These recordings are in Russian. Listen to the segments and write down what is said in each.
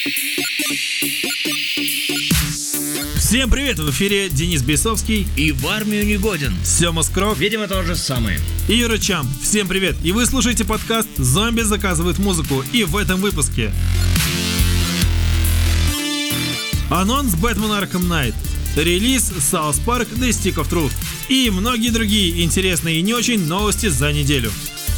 Всем привет, в эфире Денис Бейсовский и в армию не годен Сёма Скрок, видимо, то же самое, и Юра Чам. Всем привет, и вы слушаете подкаст «Зомби заказывают музыку», и в этом выпуске анонс Batman Arkham Knight, релиз South Park The Stick of Truth и многие другие интересные и не очень новости за неделю.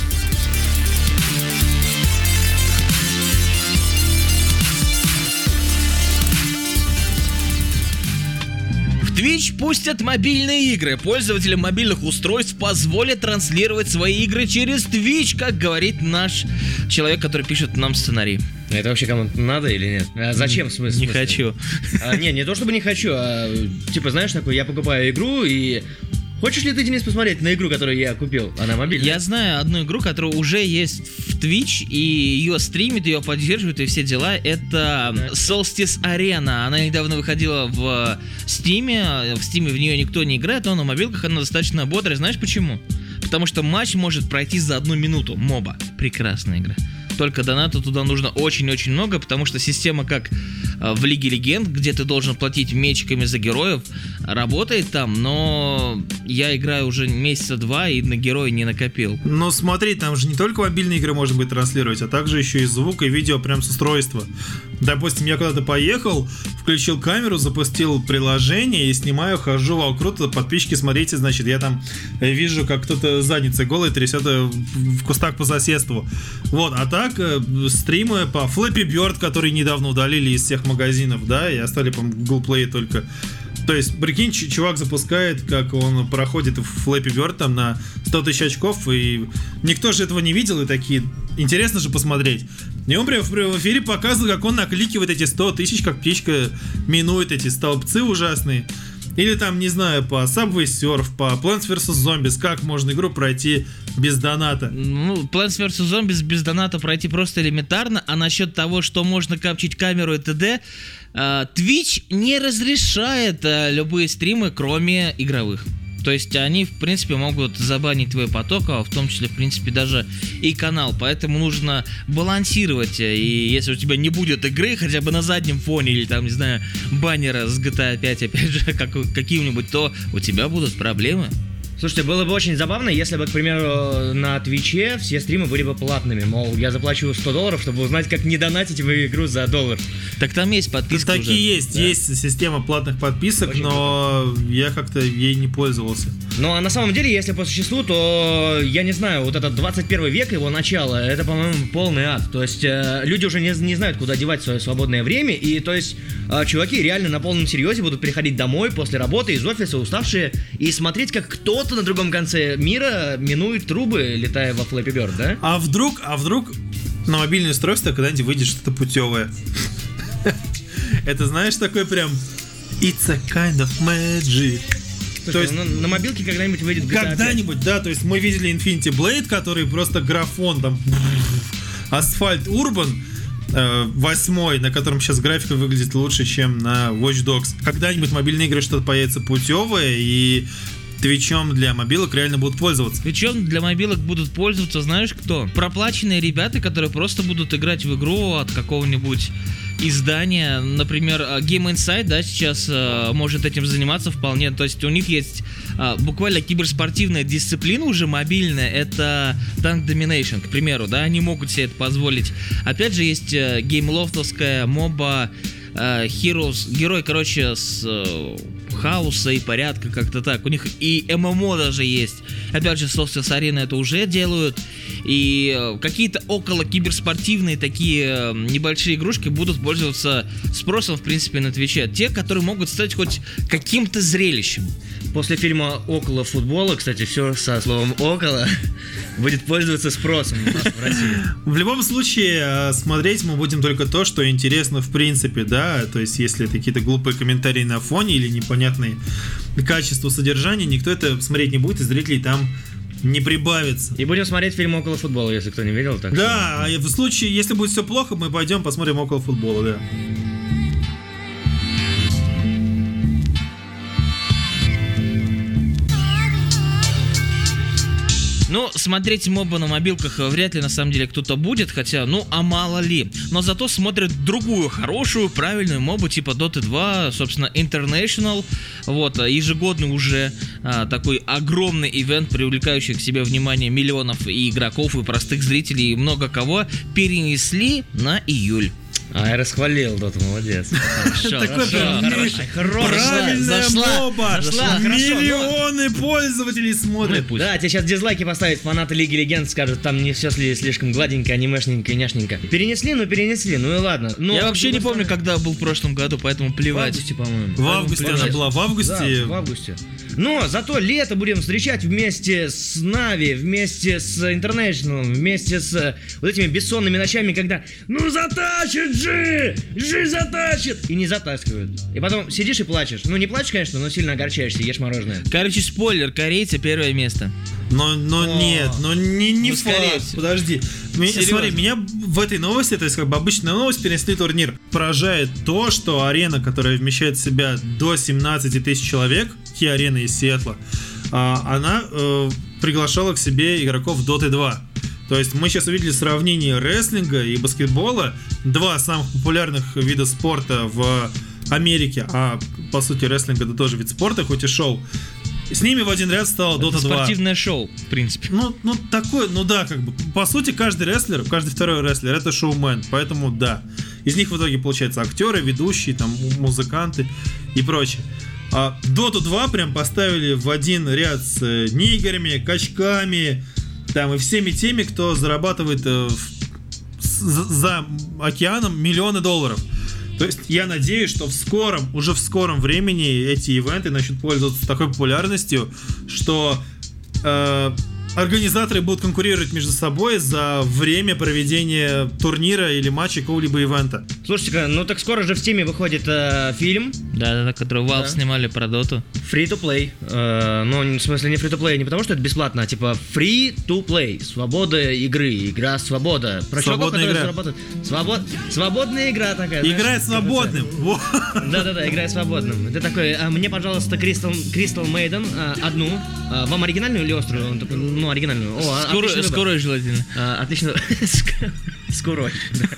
Twitch пустят мобильные игры. Пользователям мобильных устройств позволят транслировать свои игры через Twitch, как говорит наш человек, который пишет нам сценарий. Это вообще кому-то надо или нет? А зачем, в смысле? Не хочу. Не то чтобы не хочу, типа, знаешь, такой, я покупаю игру и... Хочешь ли ты, Денис, посмотреть на игру, которую я купил? Она мобильная. Я знаю одну игру, которая уже есть в Twitch, и ее стримит, ее поддерживают, и все дела. Это Solstice Arena. Она недавно выходила в Steam. В Steam в нее никто не играет, но на мобилках она достаточно бодрая. Знаешь почему? Потому что матч может пройти за 1 минуту. Моба. Прекрасная игра. Только доната туда нужно очень-очень много, потому что система, как в Лиге Легенд, где ты должен платить мечиками за героев, работает там, но я играю уже месяца 2 и на героя не накопил. Но смотри, там же не только мобильные игры можно будет транслировать, а также еще и звук, и видео прям с устройства. Допустим, я куда-то поехал, включил камеру, запустил приложение и снимаю, хожу вокруг, подписчики, смотрите, значит, я там вижу, как кто-то задницей голой трясет в кустах по соседству. Вот, а так стримы по Flappy Bird, который недавно удалили из всех магазинов, да, и оставили, по-моему, в Google Play только. То есть, прикинь, чувак запускает, как он проходит в Flappy Bird там на 100 тысяч очков, и никто же этого не видел, и такие, интересно же посмотреть. И он прямо в эфире показывает, как он накликивает эти 100 тысяч, как птичка минует эти столбцы ужасные. Или там, не знаю, по Subway Surf, по Plants vs. Zombies, как можно игру пройти без доната? Ну, Plants vs. Zombies без доната пройти просто элементарно, а насчет того, что можно капчить камеру и т.д., Twitch не разрешает любые стримы, кроме игровых. То есть они, в принципе, могут забанить твой поток, а в том числе, в принципе, даже и канал. Поэтому нужно балансировать. И если у тебя не будет игры, хотя бы на заднем фоне, или там, не знаю, баннера с GTA 5, опять же, каким-нибудь, то у тебя будут проблемы. Слушайте, было бы очень забавно, если бы, к примеру, на Твиче все стримы были бы платными. Мол, я заплачу $100, чтобы узнать, как не донатить в игру за $1. Так там есть подписка. Такие уже есть, да? Есть система платных подписок, Очень но круто. я как-то ей не пользовался. Ну, а на самом деле, если по существу, то, я не знаю, вот этот 21 век, его начало, это, по-моему, полный ад. То есть, люди уже не знают, куда девать свое свободное время, и, то есть, чуваки реально на полном серьезе будут приходить домой после работы из офиса, уставшие, и смотреть, как кто-то на другом конце мира минует трубы, летая во Flappy Bird, да? А вдруг на мобильное устройство когда-нибудь выйдет что-то путевое? Это, знаешь, такой прям It's a kind of magic. Слушай, То есть, на мобилке когда-нибудь выйдет GTA 5. когда-нибудь, да, то есть мы видели Infinity Blade, который просто графон там, Asphalt Urban 8, на котором сейчас графика выглядит лучше, чем на Watch Dogs. Когда-нибудь в мобильной игре что-то появится путевое, и Твичом для мобилок реально будут пользоваться. Твичом для мобилок будут пользоваться, знаешь кто? Проплаченные ребята, которые просто будут играть в игру от какого-нибудь издания. Например, Game Insight, да, сейчас может этим заниматься вполне. То есть у них есть буквально киберспортивная дисциплина уже мобильная. Это Tank Domination, к примеру, да, они могут себе это позволить. Опять же, есть геймлофтовская моба Heroes, герой, короче, с хаоса и порядка, как-то так. У них и ММО даже есть. Опять же, Solstice Arena это уже делают. И какие-то около киберспортивные такие небольшие игрушки будут пользоваться спросом, в принципе, на Твиче. Те, которые могут стать хоть каким-то зрелищем. После фильма «Около футбола», кстати, все со словом «около» будет пользоваться спросом у нас в России. В любом случае, смотреть мы будем только то, что интересно в принципе, да, то есть если это какие-то глупые комментарии на фоне или непонятные качества содержания, никто это смотреть не будет, и зрителей там не прибавится. И будем смотреть фильм «Около футбола», если кто не видел. Так да, что... в случае, если будет все плохо, мы пойдем посмотрим «Около футбола», да. Ну, смотреть мобы на мобилках вряд ли на самом деле кто-то будет, хотя, а мало ли. Но зато смотрят другую хорошую, правильную мобу типа Dota 2, собственно, International. Вот, ежегодный уже такой огромный ивент, привлекающий к себе внимание миллионов и игроков, и простых зрителей, и много кого, перенесли на июль. Я расхвалил, Доту, молодец. Правильная моба! Миллионы пользователей смотрят. Да, тебе сейчас дизлайки поставят фанаты Лиги Легенд, скажут, там не все слишком гладенько, анимешненько и няшненько. Перенесли, ну и ладно. Я вообще не помню, когда был в прошлом году, поэтому плевать. В августе, по-моему. В августе она была, в августе. Да, в августе. Но зато лето будем встречать вместе с Нави, вместе с International, вместе с вот этими бессонными ночами, когда затащит Жи затащит! И не затаскивают. И потом сидишь и плачешь. Не плачешь, конечно, но сильно огорчаешься, ешь мороженое. Короче, спойлер, корейцы первое место. Нет, не скорее факт. Подожди. Смотри, меня в этой новости, то есть как бы обычная новость, перенесли турнир. Поражает то, что арена, которая вмещает в себя до 17 тысяч человек, Ки-арена из Сиэтла, она приглашала к себе игроков Dota 2. То есть мы сейчас увидели сравнение рестлинга и баскетбола, два самых популярных вида спорта в Америке, а по сути рестлинг это тоже вид спорта, хоть и шоу. С ними в один ряд стало Dota 2. Спортивное шоу, в принципе. Такое, как бы. По сути, каждый рестлер, каждый второй рестлер это шоумен, поэтому да. Из них в итоге получаются актеры, ведущие, там, музыканты и прочее. А Dota 2 прям поставили в один ряд с нигерами, качками, там, и всеми теми, кто зарабатывает за океаном миллионы долларов. То есть я надеюсь, что уже в скором времени эти ивенты начнут пользоваться такой популярностью, что организаторы будут конкурировать между собой за время проведения турнира или матча какого-либо ивента. Слушайте-ка, так скоро же в Steam выходит фильм. Да, который Valve снимали про Доту. Free-to-play. В смысле не free-to-play, не потому что это бесплатно, а типа free-to-play. Свобода игры. Игра свобода. Про свободная игра. Свободная игра такая. Играй свободным. Да, играй свободным. Это такой, мне, пожалуйста, Crystal Maiden одну. Вам оригинальную или острую? Оригинальную. Скорую желательно. Отлично. Скорой.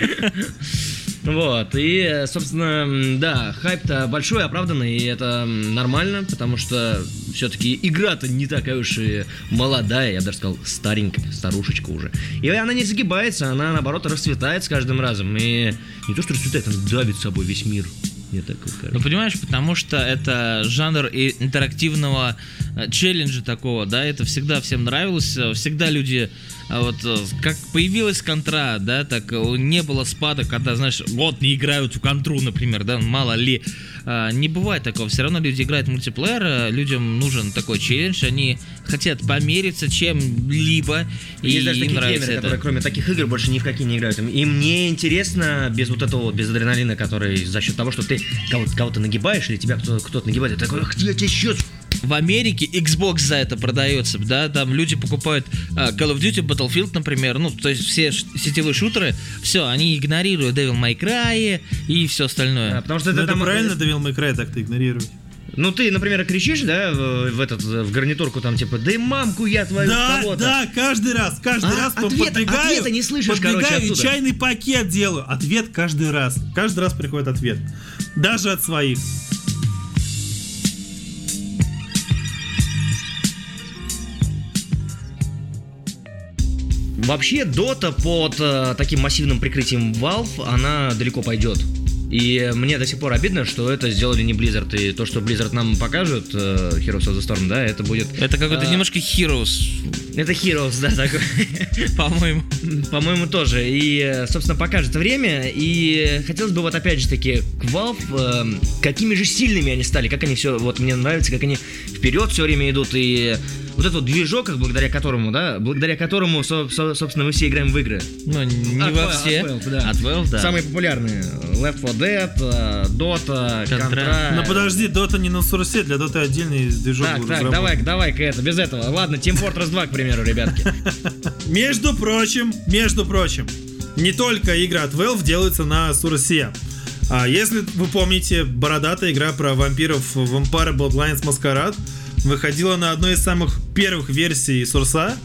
Вот, и, собственно, да, хайп-то большой, оправданный, и это нормально, потому что все-таки игра-то не такая уж и молодая, я бы даже сказал, старенькая, старушечка уже. И она не загибается, она, наоборот, расцветает с каждым разом, и не то, что расцветает, она давит с собой весь мир. Мне так кажется. Понимаешь, потому что это жанр интерактивного челленджа такого, да, это всегда всем нравилось, всегда люди, как появилась контра, да, так не было спада, когда, знаешь, не играют в контру, например, да, мало ли, не бывает такого, все равно люди играют в мультиплеер, людям нужен такой челлендж, они хотят помериться чем-либо, и есть даже им такие нравится геймеры, это. которые кроме таких игр больше ни в какие не играют, и мне интересно без вот этого, без адреналина, который за счет того, что ты кого-то нагибаешь, или тебя кто-то нагибает, ты такой, я тебе сейчас... В Америке Xbox за это продается, да, там люди покупают Call of Duty, Battlefield, например, то есть все сетевые шутеры, все, они игнорируют Devil May Cry и все остальное. Потому что это правильно Devil May Cry так-то игнорировать. Ты, например, кричишь, да, в гарнитурку там, типа, да и мамку я твою кого-то. Да, каждый раз ответа не слышишь, и чайный пакет делаю. Ответ каждый раз приходит ответ. Даже от своих. Вообще, Dota под таким массивным прикрытием Valve, она далеко пойдет. И мне до сих пор обидно, что это сделали не Blizzard. И то, что Blizzard нам покажут, Heroes of the Storm, да, это будет... Это какой-то немножко Heroes. Это Heroes, да, такой. По-моему. По-моему, тоже. И, собственно, покажет время. И хотелось бы опять же таки к Valve, какими же сильными они стали, как они все... Мне нравится, как они вперед все время идут. И вот этот движок, благодаря которому, собственно, мы все играем в игры. Не во все. От Valve, да. Самые популярные. Left 4 Dead, Dota, Contra. Подожди, Dota не на Source, для Dota отдельный движок был разработан. давай-ка это, без этого. Ладно, Team Fortress 2, к примеру, ребятки. Между прочим, не только игры от Valve делаются на Source. Если вы помните, бородатая игра про вампиров Vampire Bloodlines Masquerade выходила на одной из самых первых версий Source.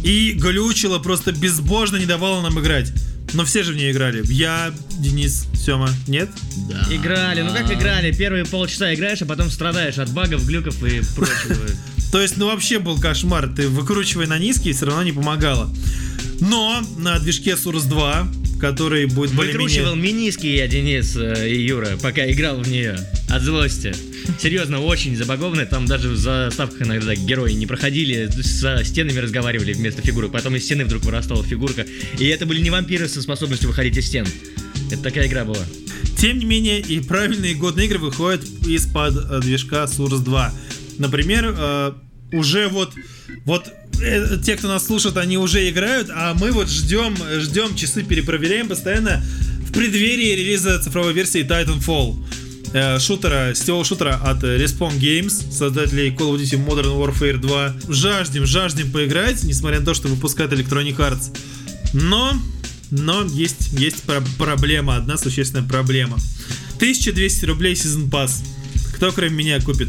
И глючила, просто безбожно не давала нам играть. Но все же в нее играли. Я, Денис, Сёма, нет? Да. Играли, ну как играли? Первые полчаса играешь, а потом страдаешь от багов, глюков и прочего. То есть, ну вообще был кошмар. Ты выкручивай на низкий, все равно не помогало. Но на движке Source 2, который будет Выкручивал более-менее... миниски я, Денис и Юра, пока играл в нее. От злости. Серьезно, очень забагованная. Там даже в заставках иногда герои не проходили, со стенами разговаривали вместо фигурок. Потом из стены вдруг вырастала фигурка. И это были не вампиры со способностью выходить из стен. Это такая игра была. Тем не менее, и правильные годные игры выходят из-под движка Source 2. Например, уже вот те, кто нас слушает, они уже играют, а мы вот ждем часы, перепроверяем постоянно в преддверии релиза цифровой версии Titanfall, сетевого шутера от Respawn Games, создателей Call of Duty Modern Warfare 2. Жаждем поиграть, несмотря на то, что выпускает Electronic Arts. Но есть проблема, одна существенная проблема. 1200 рублей Season Pass. Кто кроме меня купит?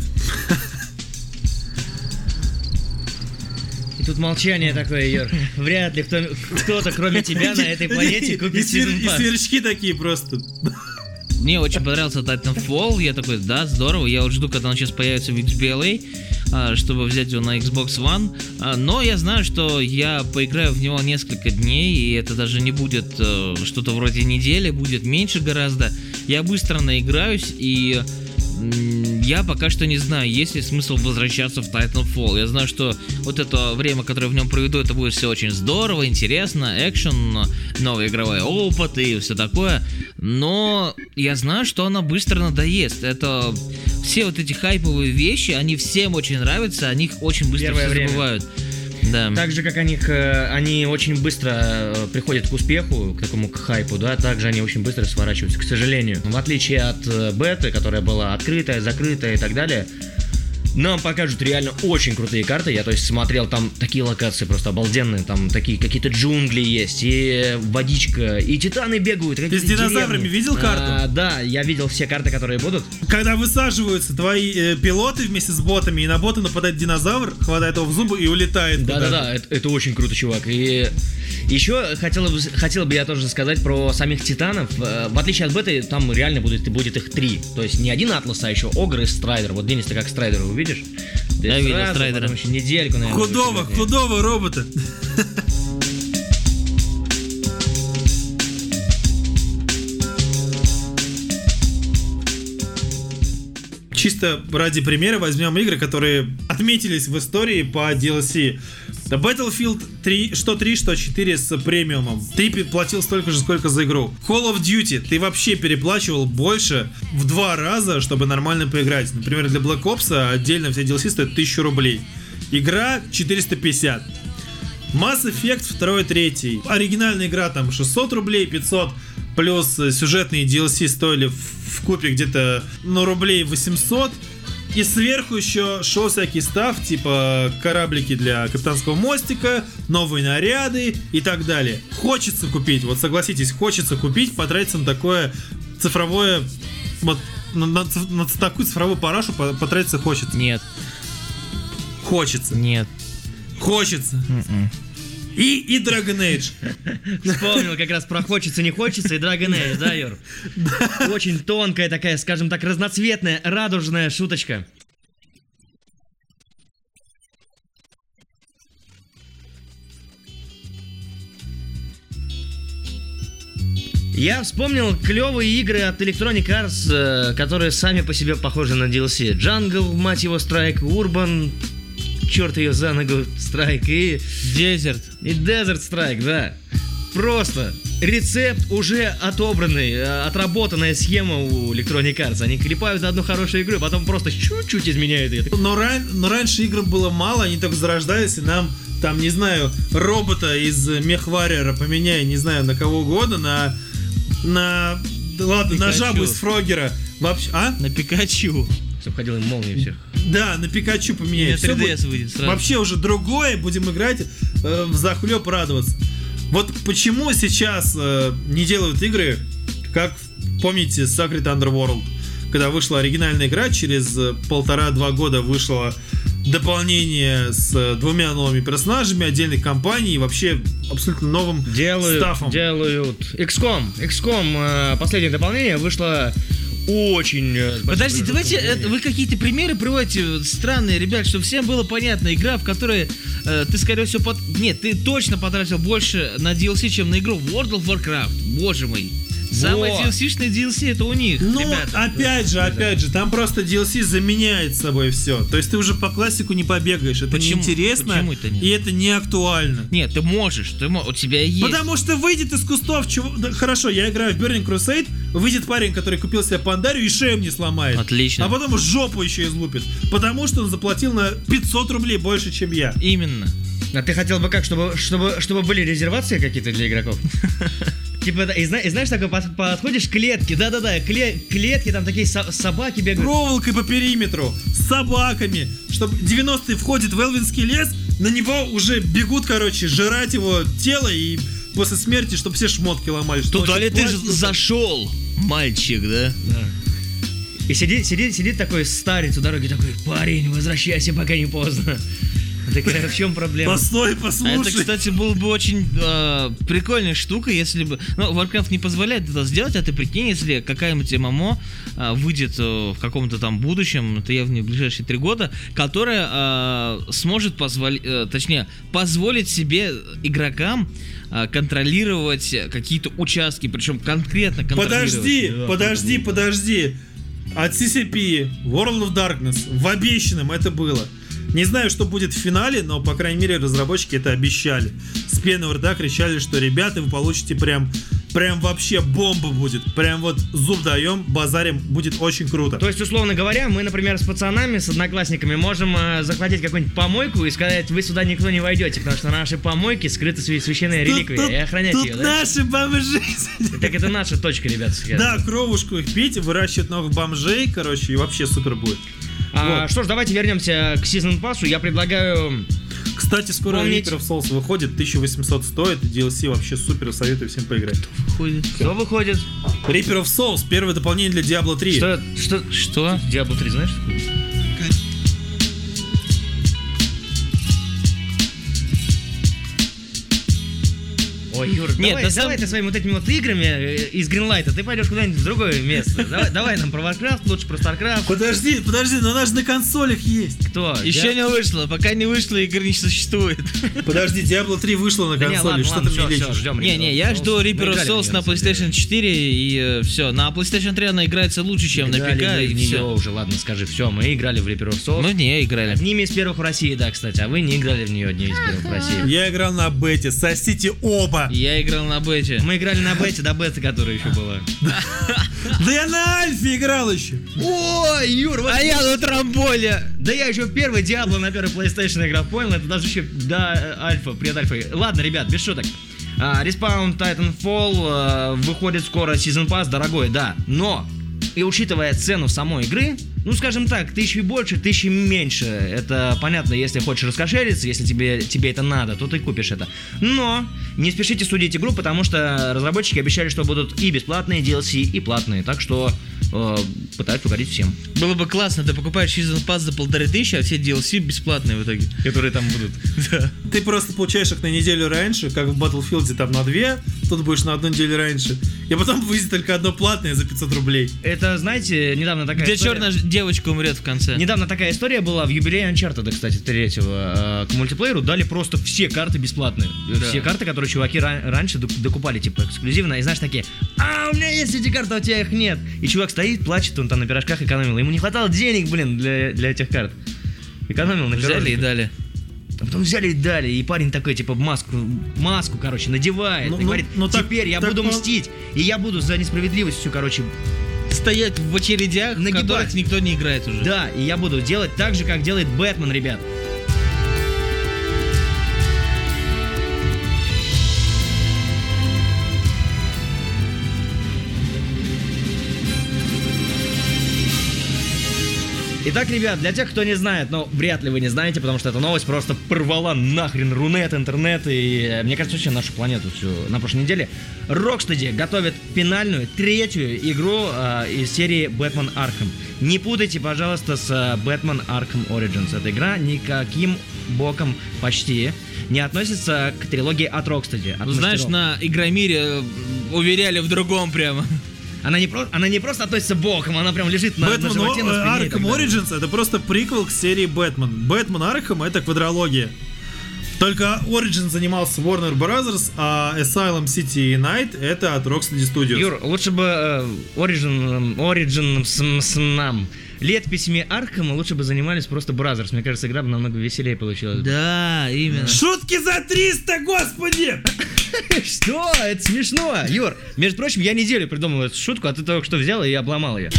И тут молчание такое, Юр. Вряд ли кто-то, кроме тебя, на этой планете купит Season Pass. И сверчки такие просто. Мне очень понравился Titanfall. Я такой, да, здорово. Я вот жду, когда он сейчас появится в XBLA, чтобы взять его на Xbox One. Но я знаю, что я поиграю в него несколько дней, и это даже не будет что-то вроде недели, будет меньше гораздо. Я быстро наиграюсь, и я пока что не знаю, есть ли смысл возвращаться в Titanfall. Я знаю, что вот это время, которое в нем проведу, это будет все очень здорово, интересно, экшен, новый игровой опыт и все такое. Но я знаю, что она быстро надоест. Это все вот эти хайповые вещи, они всем очень нравятся, о них очень быстро все забывают. Да. Так же, как они очень быстро приходят к успеху, к такому к хайпу, да, также они очень быстро сворачиваются, к сожалению. В отличие от беты, которая была открытая, закрытая и так далее, нам покажут реально очень крутые карты. Я, то есть, смотрел, там такие локации просто обалденные, там такие какие-то джунгли есть, и водичка, и титаны бегают. Ты с динозаврами видел карту? Да, я видел все карты, которые будут. Когда высаживаются твои пилоты вместе с ботами, и на бота нападает динозавр, хватает его в зубы и улетает. Да, это очень круто, чувак. И еще хотел бы я тоже сказать про самих титанов. В отличие от беты, там реально будет их 3. То есть не один Атлас, а еще Огр и Страйдер. Вот Денис, ты как Страйдера увидишь? Я видел Страйдера. Еще недельку, наверное. Худого робота. Чисто ради примера возьмем игры, которые отметились в истории по DLC. Battlefield 3, что 3, что 4 с премиумом. Ты платил столько же, сколько за игру. Call of Duty ты вообще переплачивал больше в 2 раза, чтобы нормально поиграть. Например, для Black Ops отдельно все DLC стоят 1000 рублей. Игра 450. Mass Effect 2, 3. Оригинальная игра там 600 рублей, 500. Плюс сюжетные DLC стоили в купе где-то рублей 800. И сверху еще шел всякий став, типа кораблики для капитанского мостика, новые наряды и так далее. Хочется купить, вот согласитесь, хочется купить, потратиться на такое цифровое, вот на такую цифровую парашу потратиться хочется. Нет. Хочется. Нет. Хочется. И Dragon Age. Вспомнил как раз про хочется, не хочется и Dragon Age, да, Юр? Очень тонкая такая, скажем так, разноцветная, радужная шуточка. Я вспомнил клевые игры от Electronic Arts, которые сами по себе похожи на DLC. Jungle, мать его, Strike, Urban, черт ее за ногу, Strike и... Desert. И Desert Strike, да. Просто рецепт уже отобранный, отработанная схема у Electronic Arts. Они клепают одну хорошую игру, потом просто чуть-чуть изменяют ее. Но раньше игр было мало, они только зарождались, и нам, там, не знаю, робота из Мехварриора поменяй, не знаю, на кого угодно, на жабу из Фрогера. Вообще, На Пикачу. Чтобы ходил им молнии всех. Да, на Пикачу поменяй. 3DS выйдет сразу. Вообще уже другое, будем играть взахлеб, радоваться. Вот почему сейчас не делают игры, как, помните, Sacred Underworld, когда вышла оригинальная игра, через 1,5-2 года вышла дополнение с 2 новыми персонажами, отдельной кампанией и вообще абсолютно новым стафом. Делают. XCOM, последнее дополнение вышло очень... Подожди, давайте, вы какие-то примеры приводите странные, ребят, чтобы всем было понятно. Игра, в которой ты, скорее всего, Нет, ты точно потратил больше на DLC, чем на игру World of Warcraft. Боже мой. Самое DLC-шное DLC это у них, Ну, ребята. опять же, там просто DLC заменяет собой все. То есть ты уже по классику не побегаешь. Это неинтересно, Почему это нет? и это не актуально. Нет, ты можешь, у тебя есть. Потому что выйдет из кустов хорошо, я играю в Burning Crusade, выйдет парень, который купил себе Пандарию и шею мне сломает. Отлично. А потом жопу еще излупит. Потому что он заплатил на 500 рублей больше, чем я. Именно. А ты хотел бы как, чтобы были резервации какие-то для игроков? Типа, и знаешь, такой подходишь, клетки, да-да-да, клетки, там такие собаки бегают. Проволокой по периметру, с собаками, чтобы 90-й входит в Элвинский лес, на него уже бегут, жрать его тело и после смерти, чтобы все шмотки ломали. Туда ли ты зашел, мальчик, да? Да. И сидит такой старец у дороги, такой: парень, возвращайся, пока не поздно. Такая, в чем проблема? Постой, послушай. А это, кстати, было бы очень прикольная штука, если бы... Ну, Warcraft не позволяет это сделать, а ты прикинь, если какая-нибудь ММО выйдет в каком-то там будущем, это явно в ближайшие 3 года, которая сможет позволить себе игрокам контролировать какие-то участки, причем конкретно контролировать. Подожди. От CCP, World of Darkness, в обещанном это было. Не знаю, что будет в финале, но, по крайней мере, разработчики это обещали. С пены у рта кричали, что, ребята, вы получите прям вообще бомба будет. Прям вот зуб даем, базарим, будет очень круто. То есть, условно говоря, мы, например, с пацанами, с одноклассниками можем захватить какую-нибудь помойку и сказать: вы сюда никто не войдете, потому что на нашей помойке скрыты священные реликвии, и охранять ее, да? Наши бомжи. Так это наша точка, ребят. Да, кровушку их пить, выращивать новых бомжей, и вообще супер будет. Вот. Что ж, давайте вернемся к Season Pass'у. Я предлагаю... Кстати, скоро Reaper of Souls выходит, 1800 стоит, DLC вообще супер, советую всем поиграть. Кто выходит? Reaper of Souls, первое дополнение для Diablo 3. Что? Diablo 3, знаешь? Ой, Юр, давай ты своими вот этими вот играми из Гринлайта, ты пойдешь куда-нибудь в другое место. Давай нам про Warcraft, лучше про StarCraft. Подожди, но она же на консолях есть. Кто? Еще не вышло, пока не вышло, игры не существует. Подожди, Diablo 3 вышла на консоли, что ты мне лечишь? Не, я жду Reaper of Souls на PlayStation 4 и все. На PlayStation 3 она играется лучше, чем на ПК, и все. Уже, ладно, скажи, все, мы играли в Reaper of Souls. Мы в нее играли. Одними из первых в России, да, кстати, а вы не играли в нее одними из первых в России. Я играл на бете, сосите оба. Я играл на бете. Мы играли на бете, до беты, которая еще была. Да я на альфе играл еще. Ой, Юр, вот... А я на трамболе. Да я еще первый Diablo на первой PlayStation играл, понял? Это даже еще до альфа, пред альфой. Ладно, ребят, без шуток. Respawn Titanfall выходит скоро, Season Pass дорогой, да. Но, и учитывая цену самой игры, ну, скажем так, 1000 больше, 1000 меньше. Это понятно, если хочешь раскошелиться, если тебе это надо, то ты купишь это. Но не спешите судить игру, потому что разработчики обещали, что будут и бесплатные DLC, и платные. Так что пытаются угодить всем. Было бы классно, ты покупаешь Season Pass за 1500, а все DLC бесплатные в итоге, которые там будут. Да. Ты просто получаешь их на неделю раньше, как в Battlefield там на 2, тут будешь на 1 неделю раньше. И потом выйдет только одно платное за 500 рублей. Это, знаете, недавно такая Где история... черная девочка умрет в конце. Недавно такая история была в юбилее Uncharted, кстати, 3-го. К мультиплееру дали просто все карты бесплатные. Да. Все карты, которые чуваки раньше докупали, типа, эксклюзивно. И знаешь, такие: у меня есть эти карты, а у тебя их нет. И чувак стоит, плачет, он там на пирожках экономил. Ему не хватало денег, блин, для этих карт. Экономил на пирожках. Взяли и дали. А потом взяли и дали, и парень такой, типа, маску, короче, надевает, и говорит: теперь я буду мстить, и я буду за несправедливость всю, короче, стоять в очередях, в которых никто не играет уже. Да, и я буду делать так же, как делает Бэтмен, ребят. Итак, ребят, для тех, кто не знает, но вряд ли вы не знаете, потому что эта новость просто порвала нахрен Рунет, интернет и, мне кажется, вообще нашу планету всю на прошлой неделе. Rocksteady готовит финальную, третью игру из серии Batman Arkham. Не путайте, пожалуйста, с Batman Arkham Origins. Эта игра никаким боком почти не относится к трилогии от Rocksteady. От Знаешь, мастеров. на Игромире уверяли в другом прямо. Она не просто относится боком, она прям лежит на Batman животе, на спине и так Arkham далее. Origins это просто приквел к серии Бэтмен. Бэтмен Arkham это квадрология. Только Origin занимался Warner Brothers, а Asylum City и Night это от Rocksteady Studios. Юр, лучше бы Origin с нам. Летописями Аркхема лучше бы занимались просто Brothers. Мне кажется, игра бы намного веселее получилась. Да, именно. Шутки за 300, господи! Что? Это смешно. Юр, между прочим, я неделю придумал эту шутку, а ты только что взял и обломал ее.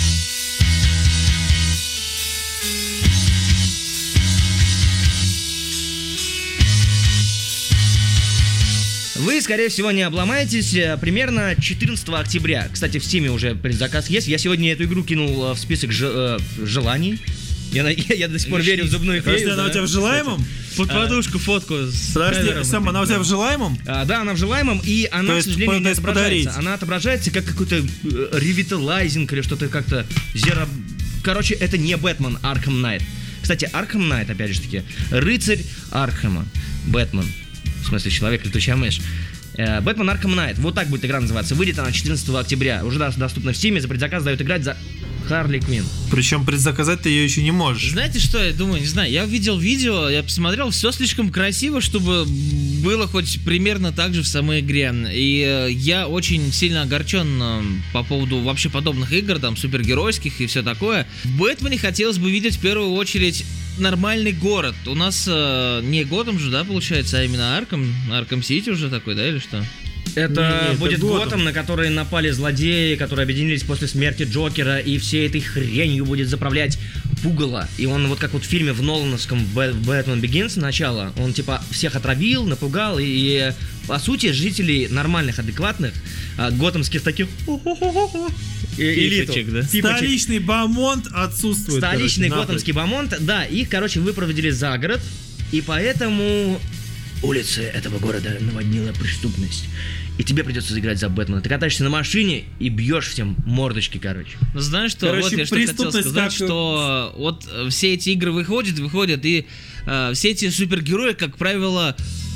Вы, скорее всего, не обломаетесь. Примерно 14 октября. Кстати, в Steam уже предзаказ есть. Я сегодня эту игру кинул в список желаний. Я до сих пор верю в зубную фею. Подожди, она у тебя в желаемом? Под подушку фотку с Подожди, камерой. Сам, она у тебя в желаемом? Да, она в желаемом, и она, То к есть, сожалению, не то есть отображается. подарить. Она отображается как какой-то ревиталайзинг или что-то как-то Короче, это не Бэтмен Arkham Knight. Кстати, Arkham Knight, опять же таки, рыцарь Аркхема. Бэтмен. В смысле, человек, летучая мышь. Бэтмен Arkham Knight. Вот так будет игра называться. Выйдет она 14 октября. Уже доступна в Steam. За предзаказ дают играть за Харли Квинн. Причем предзаказать ты ее еще не можешь. Знаете что, я думаю, не знаю, я видел видео, я посмотрел, все слишком красиво, чтобы было хоть примерно так же в самой игре. И я очень сильно огорчен по поводу вообще подобных игр, там, супергеройских и все такое. В Бэтмене хотелось бы видеть в первую очередь нормальный город. У нас не Готэм же, да, получается, а именно Аркхем Сити уже такой, да, или что? Это Не, будет это Готэм. Готэм, на который напали злодеи, которые объединились после смерти Джокера, и всей этой хренью будет заправлять пугало. И он вот как вот в фильме в Нолановском «Бэтмен Begins» начало, он типа всех отравил, напугал, и по сути жителей нормальных, адекватных, готэмских таких элиту. Пифочек, да? Пифочек. Столичный бомонд отсутствует. Столичный короче, готэмский бомонд, да, их, короче, выпроводили за город, и поэтому улицы этого города наводнила преступность. И тебе придется заиграть за Бэтмена. Ты катаешься на машине и бьешь всем мордочки, короче. Ну знаешь что, Короче, вот я что хотел преступность сказать, как- что вот все эти игры выходят, и все эти супергерои, как правило,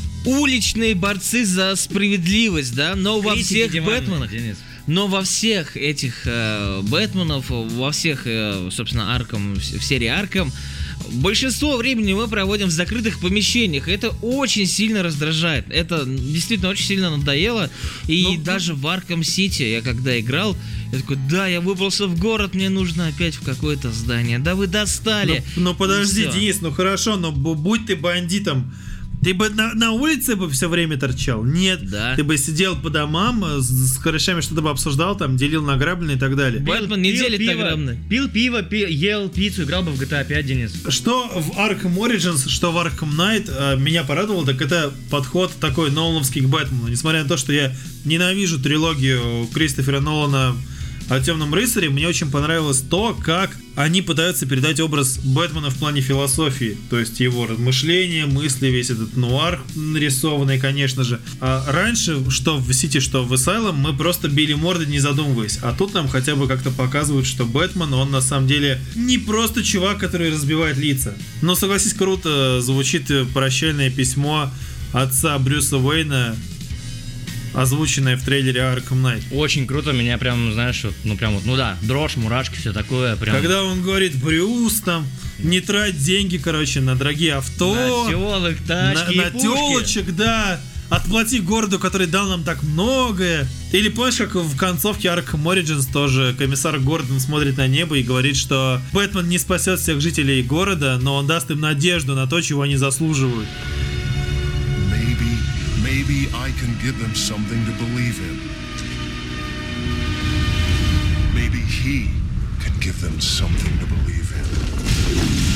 уличные борцы за справедливость, да, но во Критики всех диванные, Бэтменах, Денис. но во всех этих Бэтменов, во всех, собственно, Аркам, в серии Аркам, большинство времени мы проводим в закрытых помещениях. Это очень сильно раздражает. Это действительно очень сильно надоело. И даже в Аркхем Сити я когда играл, я такой, да, я выбрался в город, мне нужно опять в какое-то здание. Да вы достали. Ну подожди, И всё. Денис, ну хорошо, но будь ты бандитом, ты бы на улице бы все время торчал? Нет, Да. ты бы сидел по домам, с корешами что-то бы обсуждал, там, делил награбленное и так далее. Бэтмен не делит награбленное. Пил пиво, ел пиццу, играл бы в GTA 5, Денис. Что в Arkham Origins, что в Arkham Knight меня порадовало, так это подход такой нолановский к Бэтмену. Несмотря на то, что я ненавижу трилогию Кристофера Нолана о Темном рыцаре, мне очень понравилось то, как они пытаются передать образ Бэтмена в плане философии, то есть его размышления, мысли, весь этот нуар нарисованный, конечно же. А раньше, что в Сити, что в Asylum, мы просто били морды, не задумываясь. А тут нам хотя бы как-то показывают, что Бэтмен, он на самом деле не просто чувак, который разбивает лица. Но, согласись, круто звучит прощальное письмо отца Брюса Уэйна, озвученное в трейлере Arkham Knight. Очень круто, меня прям, знаешь, вот, ну прям вот, ну да, дрожь, мурашки, все такое, прям. Когда он говорит, Брюс, там, не трать деньги, короче, на дорогие авто, На тёлок, тачки на и пушки. тёлочек, да, отплати городу, который дал нам так многое. Или помнишь, как в концовке Arkham Origins тоже комиссар Гордон смотрит на небо и говорит, что Бэтмен не спасет всех жителей города, но он даст им надежду на то, чего они заслуживают. Maybe I can give them something to believe in. Maybe he can give them something to believe in.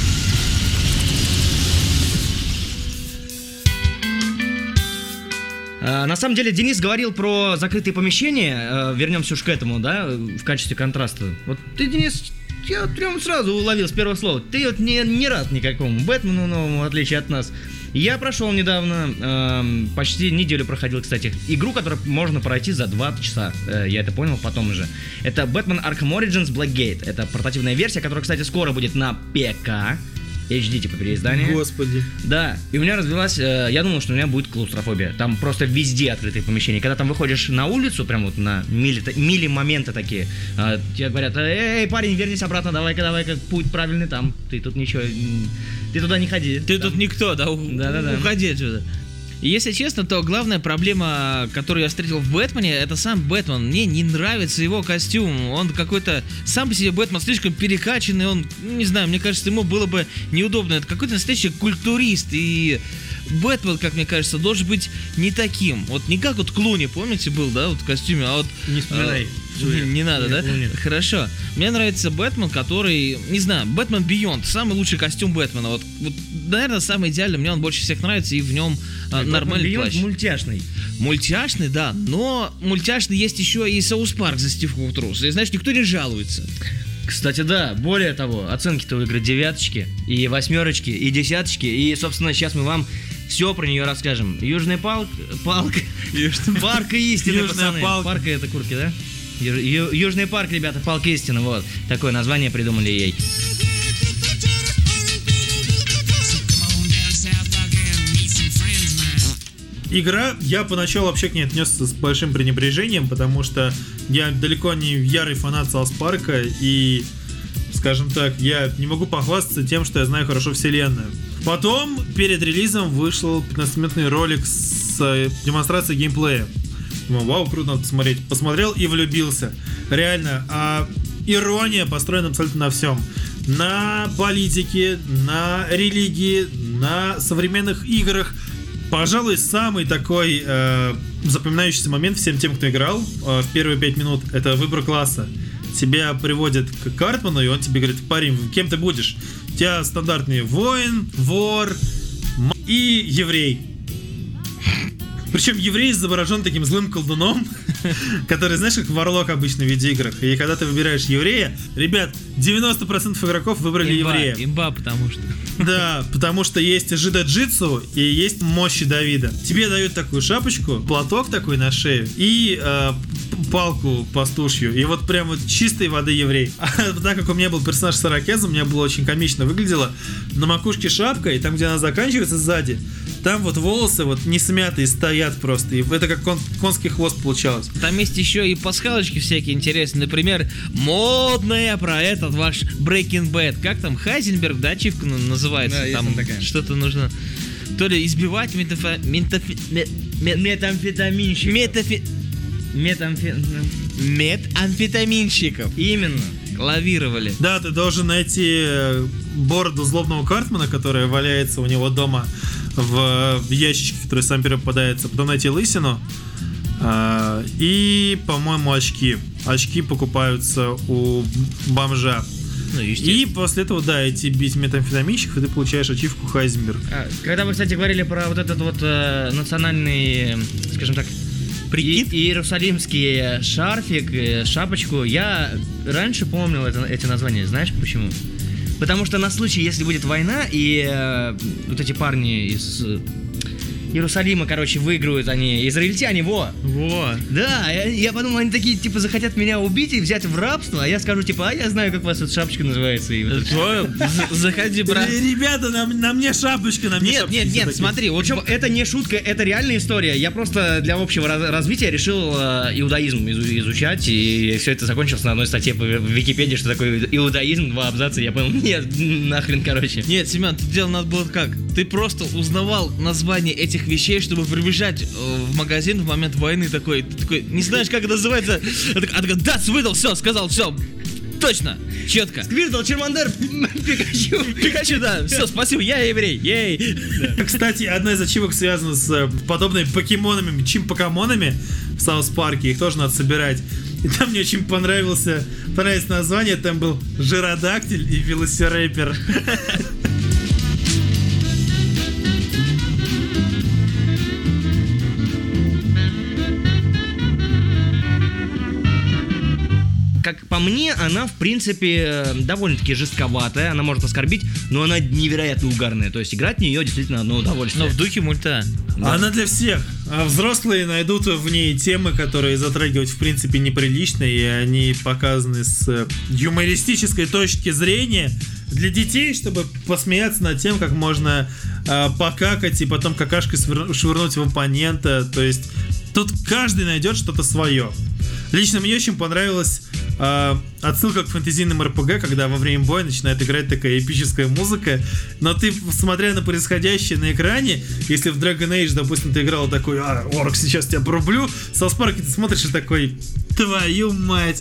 На самом деле, Денис говорил про закрытые помещения. Вернемся уж к этому, да, в качестве контраста. Вот ты, Денис, я прям сразу уловил с первого слова. Ты вот не рад никакому Бэтмену новому, в отличие от нас. Я прошел недавно, почти неделю проходил, кстати, игру, которую можно пройти за 2 часа. Я это понял потом уже. Это Batman Arkham Origins Blackgate. Это портативная версия, которая, кстати, скоро будет на ПК. HD типа переиздание. Господи. Да, и у меня развилась, я думал, что у меня будет клаустрофобия. Там просто везде открытые помещения. Когда там выходишь на улицу, прям вот на мили-моменты такие, тебе говорят: эй, парень, вернись обратно, давай-ка, путь правильный там. Ты тут ничего, ты туда не ходи. Ты там... тут никто, да? Да-да-да. Уходи отсюда. И если честно, то главная проблема, которую я встретил в Бэтмене, это сам Бэтмен. Мне не нравится его костюм. Он какой-то... Сам по себе Бэтмен слишком перекачанный. Он, не знаю, мне кажется, ему было бы неудобно. Это какой-то настоящий культурист. И Бэтмен, как мне кажется, должен быть не таким. Вот не как вот Клуни, помните, был, да, вот в костюме, а вот... Не вспоминай. Не надо, да? Нет. Хорошо. Мне нравится Бэтмен, который, не знаю, Бэтмен Бейонд, самый лучший костюм Бэтмена. Вот, наверное, самый идеальный. Мне он больше всех нравится, и в нем нормальный Beyond плащ. мультяшный. Мультяшный, да, но мультяшный есть еще и Саус Парк за Стив Трус. И знаешь, никто не жалуется. Кстати, да, более того, оценки-то у игры 9, и 8, и 10, и, собственно, сейчас мы вам все про нее расскажем. Южный парк истины, пацаны. Парк это курки, да? Южный парк, ребята, палка истины, вот. Такое название придумали ей. Игра, я поначалу вообще к ней отнесся с большим пренебрежением, потому что я далеко не ярый фанат Саус Парка, и, скажем так, я не могу похвастаться тем, что я знаю хорошо вселенную. Потом, перед релизом, вышел 15-минутный ролик с демонстрацией геймплея. Думаю, вау, круто, надо посмотреть. Посмотрел и влюбился. Реально, ирония построена абсолютно на всем. На политике, на религии, на современных играх. Пожалуй, самый такой запоминающийся момент всем тем, кто играл в первые 5 минут, это выбор класса. Тебя приводят к Картману, и он тебе говорит: парень, кем ты будешь? У тебя стандартные воин, вор и еврей. Причем еврей изображен таким злым колдуном, который, знаешь, как Варлок обычно в видеоиграх. И когда ты выбираешь еврея, ребят, 90% игроков выбрали еврея. Имба, потому что... Да, потому что есть жидо-джитсу и есть мощи Давида. Тебе дают такую шапочку, платок такой на шею и палку пастушью. И вот прям вот чистой воды еврей. А так как у меня был персонаж с ирокезом, у меня было очень комично выглядело. На макушке шапка, и там, где она заканчивается сзади, там вот волосы вот не смятые стоят просто. И это как конский хвост получалось. Там есть еще и пасхалочки всякие интересные. Например, модная про этот ваш Breaking Bad. Как там, Хайзенберг, да, ачивка называется? Да, там такая. Что-то нужно... То ли избивать метамфетаминщиков. Именно. Лавировали. Да, ты должен найти бороду злобного Картмана, которая валяется у него дома в ящичке, который сам попадается. Потом найти лысину. И, по-моему, очки. Очки покупаются у бомжа. Ну, и после этого, да, идти бить метамфетаминщиков, и ты получаешь ачивку Хайзенберг. Когда вы, кстати, говорили про вот этот вот национальный, скажем так, прикид, иерусалимский шарфик, шапочку, я раньше помнил эти названия. Знаешь почему? Потому что на случай, если будет война, и вот эти парни из Иерусалима, короче, выиграют они, израильтяне, во! Да, я подумал, они такие, типа, захотят меня убить и взять в рабство, а я скажу, типа, я знаю, как у вас эта шапочка называется. И вот заходи, брат. Ребята, на мне шапочка, на мне шапочка. Нет, смотри, вот причем это не шутка, это реальная история. Я просто для общего развития решил иудаизм изучать, и все это закончилось на одной статье в Википедии, что такое иудаизм, 2 абзаца, я понял, нет, нахрен, короче. Нет, Семен, тут дело надо было как? Ты просто узнавал название этих вещей, чтобы прибежать в магазин в момент войны такой, ты такой, не знаешь, как это называется, а такой, да, выдал, все, сказал, все, точно, четко. Сквиртл, Чермандер, Пикачу. Пикачу, да, все, спасибо, я еврей, ей. Кстати, одна из ачивок связана с подобными покемонами, чимпокамонами в Саус Парке, их тоже надо собирать. И там мне очень понравилось название, там был Жиродактиль и Велосирапер. как по мне, она, в принципе, довольно-таки жестковатая, она может оскорбить, но она невероятно угарная. То есть играть в нее действительно одно удовольствие. Но в духе мульта. Да. Она для всех. А взрослые найдут в ней темы, которые затрагивать в принципе неприлично, и они показаны с юмористической точки зрения для детей, чтобы посмеяться над тем, как можно покакать и потом какашкой швырнуть в оппонента. То есть тут каждый найдет что-то свое. Лично мне очень понравилась отсылка к фэнтезийным РПГ, когда во время боя начинает играть такая эпическая музыка, но ты, смотря на происходящее на экране, если в Dragon Age, допустим, ты играл такой: орк, сейчас тебя порублю, в South Park ты смотришь и такой: твою мать.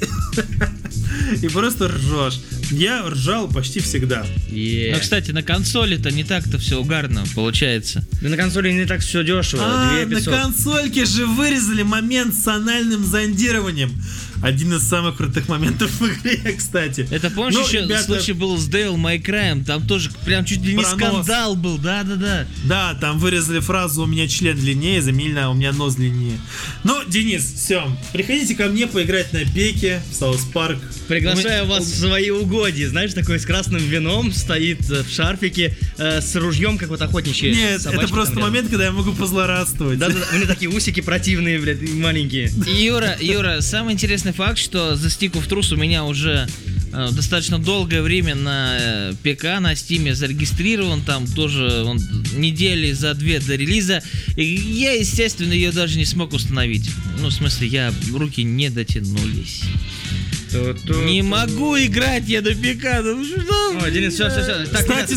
И просто ржешь. Я ржал почти всегда. Но, кстати, на консоли-то не так-то все угарно получается. Да на консоли не так все дешево. На 2500. консольке же вырезали момент с анальным зондированием. Один из самых крутых моментов в игре, кстати. Это помнишь, Ну, еще ребята, случай был с Devil May Cry, там тоже прям чуть ли не Пронос. скандал был, да-да-да. Да, там вырезали фразу: у меня член длиннее, заменили на у меня нос длиннее. Ну, Денис, все, приходите ко мне поиграть на пеке в Саус Парк. Приглашаю вас в свои угодья. Знаешь, такой с красным вином, стоит в шарфике, с ружьем, как вот охотничьи Нет, собачки это просто там рядом. момент, когда я могу позлорадствовать. Да-да-да, у меня такие усики противные, блядь, маленькие. Юра, самый интересный факт, что The Stick of Truth у меня уже достаточно долгое время на ПК, на Стиме зарегистрирован, там тоже он недели за 2 до релиза, и я, естественно, ее даже не смог установить. Ну, в смысле, руки не дотянулись. Не могу играть я на ПК. Ну что? Ой, Денис, все. Кстати,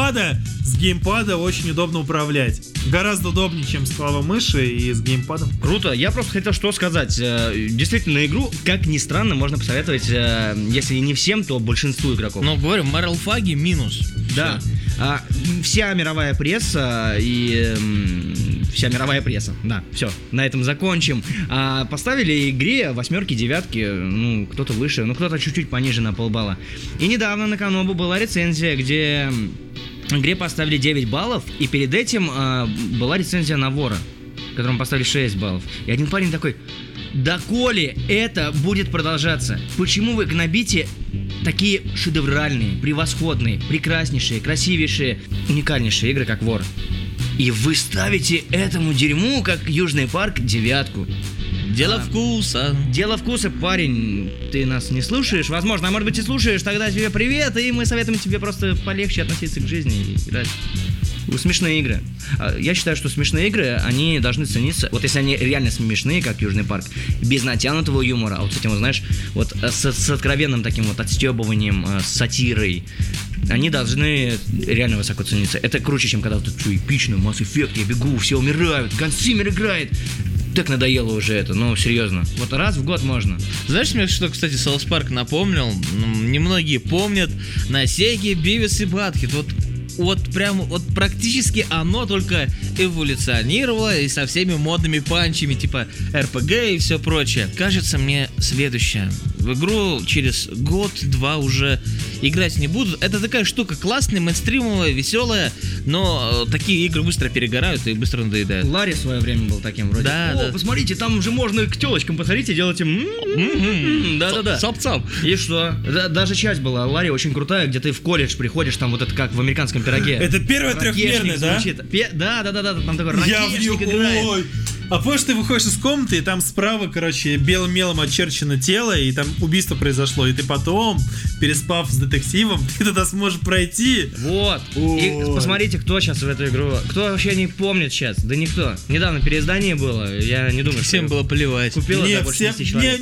с геймпада очень удобно управлять. Гораздо удобнее, чем с клавой мыши и с геймпадом. Круто. Я просто хотел что сказать. Действительно, игру, как ни странно, можно посоветовать, если не всем, то большинству игроков. Ну, говорю, Мэрил Фаги минус. Да. Вся мировая пресса и... Вся мировая пресса. Да, все, на этом закончим. Поставили игре 8, 9, ну, кто-то выше, ну, кто-то чуть-чуть пониже на полбалла. И недавно на Канобу была рецензия, где игре поставили 9 баллов, и перед этим была рецензия на Вора, которому поставили 6 баллов. И один парень такой: доколе это будет продолжаться? Почему вы гнобите такие шедевральные, превосходные, прекраснейшие, красивейшие, уникальнейшие игры, как Вор? И вы ставите этому дерьму, как Южный парк, 9. Дело вкуса. Дело вкуса, парень. Ты нас не слушаешь? Возможно, а может быть и слушаешь, тогда тебе привет, и мы советуем тебе просто полегче относиться к жизни и играть в смешные игры. Я считаю, что смешные игры, они должны цениться, вот если они реально смешные, как Южный парк, без натянутого юмора, а вот с этим, вот, знаешь, вот с откровенным таким вот отстебыванием, с сатирой, они должны реально высоко цениться. Это круче, чем когда вот это эпично, Mass Effect, я бегу, все умирают, Гансимер играет. Так надоело уже это, ну серьезно. Вот раз в год можно. Знаешь, мне что, кстати, Саус Парк напомнил? Немногие помнят на Сеге Бивис и Батхед. Вот прям, вот практически оно только эволюционировало и со всеми модными панчами, типа РПГ и все прочее. Кажется мне следующее. В игру через год-два уже играть не будут. Это такая штука классная, мейнстримовая, веселая, но такие игры быстро перегорают и быстро надоедают. Ларри в свое время был таким вроде. Да. Посмотрите, там уже можно к телочкам подходить и делать им... Да-да-да. Цап-цап. И что? Даже часть была Ларри очень крутая, где ты в колледж приходишь, там вот это как в американском пироге. Это первая трехмерная, да? Да, там такой Я в ракешник нее... играет. Ой. А помнишь, ты выходишь из комнаты, и там справа, короче, белым мелом очерчено тело, и там убийство произошло, и ты потом, переспав с детективом, ты туда сможешь пройти. Вот. И посмотрите, кто сейчас в эту игру... Кто вообще не помнит сейчас? Да никто. Недавно переиздание было, я не думаю, Всем что... было плевать. Купила, Не, да, больше 10 человек.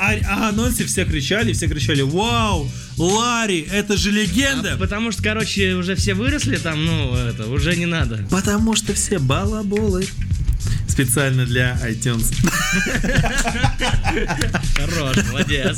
о анонсе все кричали, вау, Ларри, это же легенда. Потому что, короче, уже все выросли там, ну, это, уже не надо. Потому что все балаболы. Специально для iTunes. Хорош, молодец.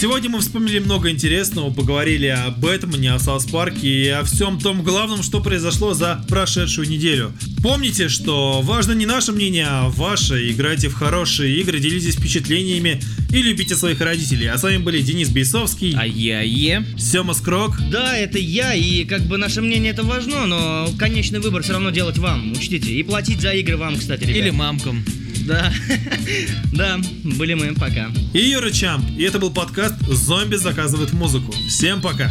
Сегодня мы вспомнили много интересного, поговорили о Бэтмене, о Саус Парке и о всем том главном, что произошло за прошедшую неделю. Помните, что важно не наше мнение, а ваше. Играйте в хорошие игры, делитесь впечатлениями и любите своих родителей. А с вами были Денис Бейсовский, Сёма Скрок. Да, это я, и как бы наше мнение это важно, но конечный выбор все равно делать вам, учтите. И платить за игры вам, кстати, ребят. Или мамкам. Да, да, были мы, пока. И Юра Чамп. И это был подкаст «Зомби заказывают музыку». Всем пока.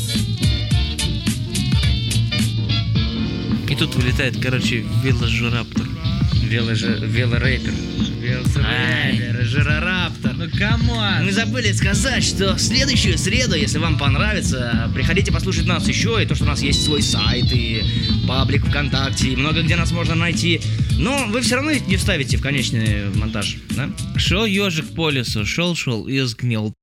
И тут вылетает, короче, веложираптор. Велорейпер. Жирораптор. Ну камон! Мы забыли сказать, что в следующую среду, если вам понравится, приходите послушать нас еще, и то, что у нас есть свой сайт, и паблик ВКонтакте, и много где нас можно найти. Но вы все равно не вставите в конечный монтаж, да? Шел ежик по лесу, шел и сгнил.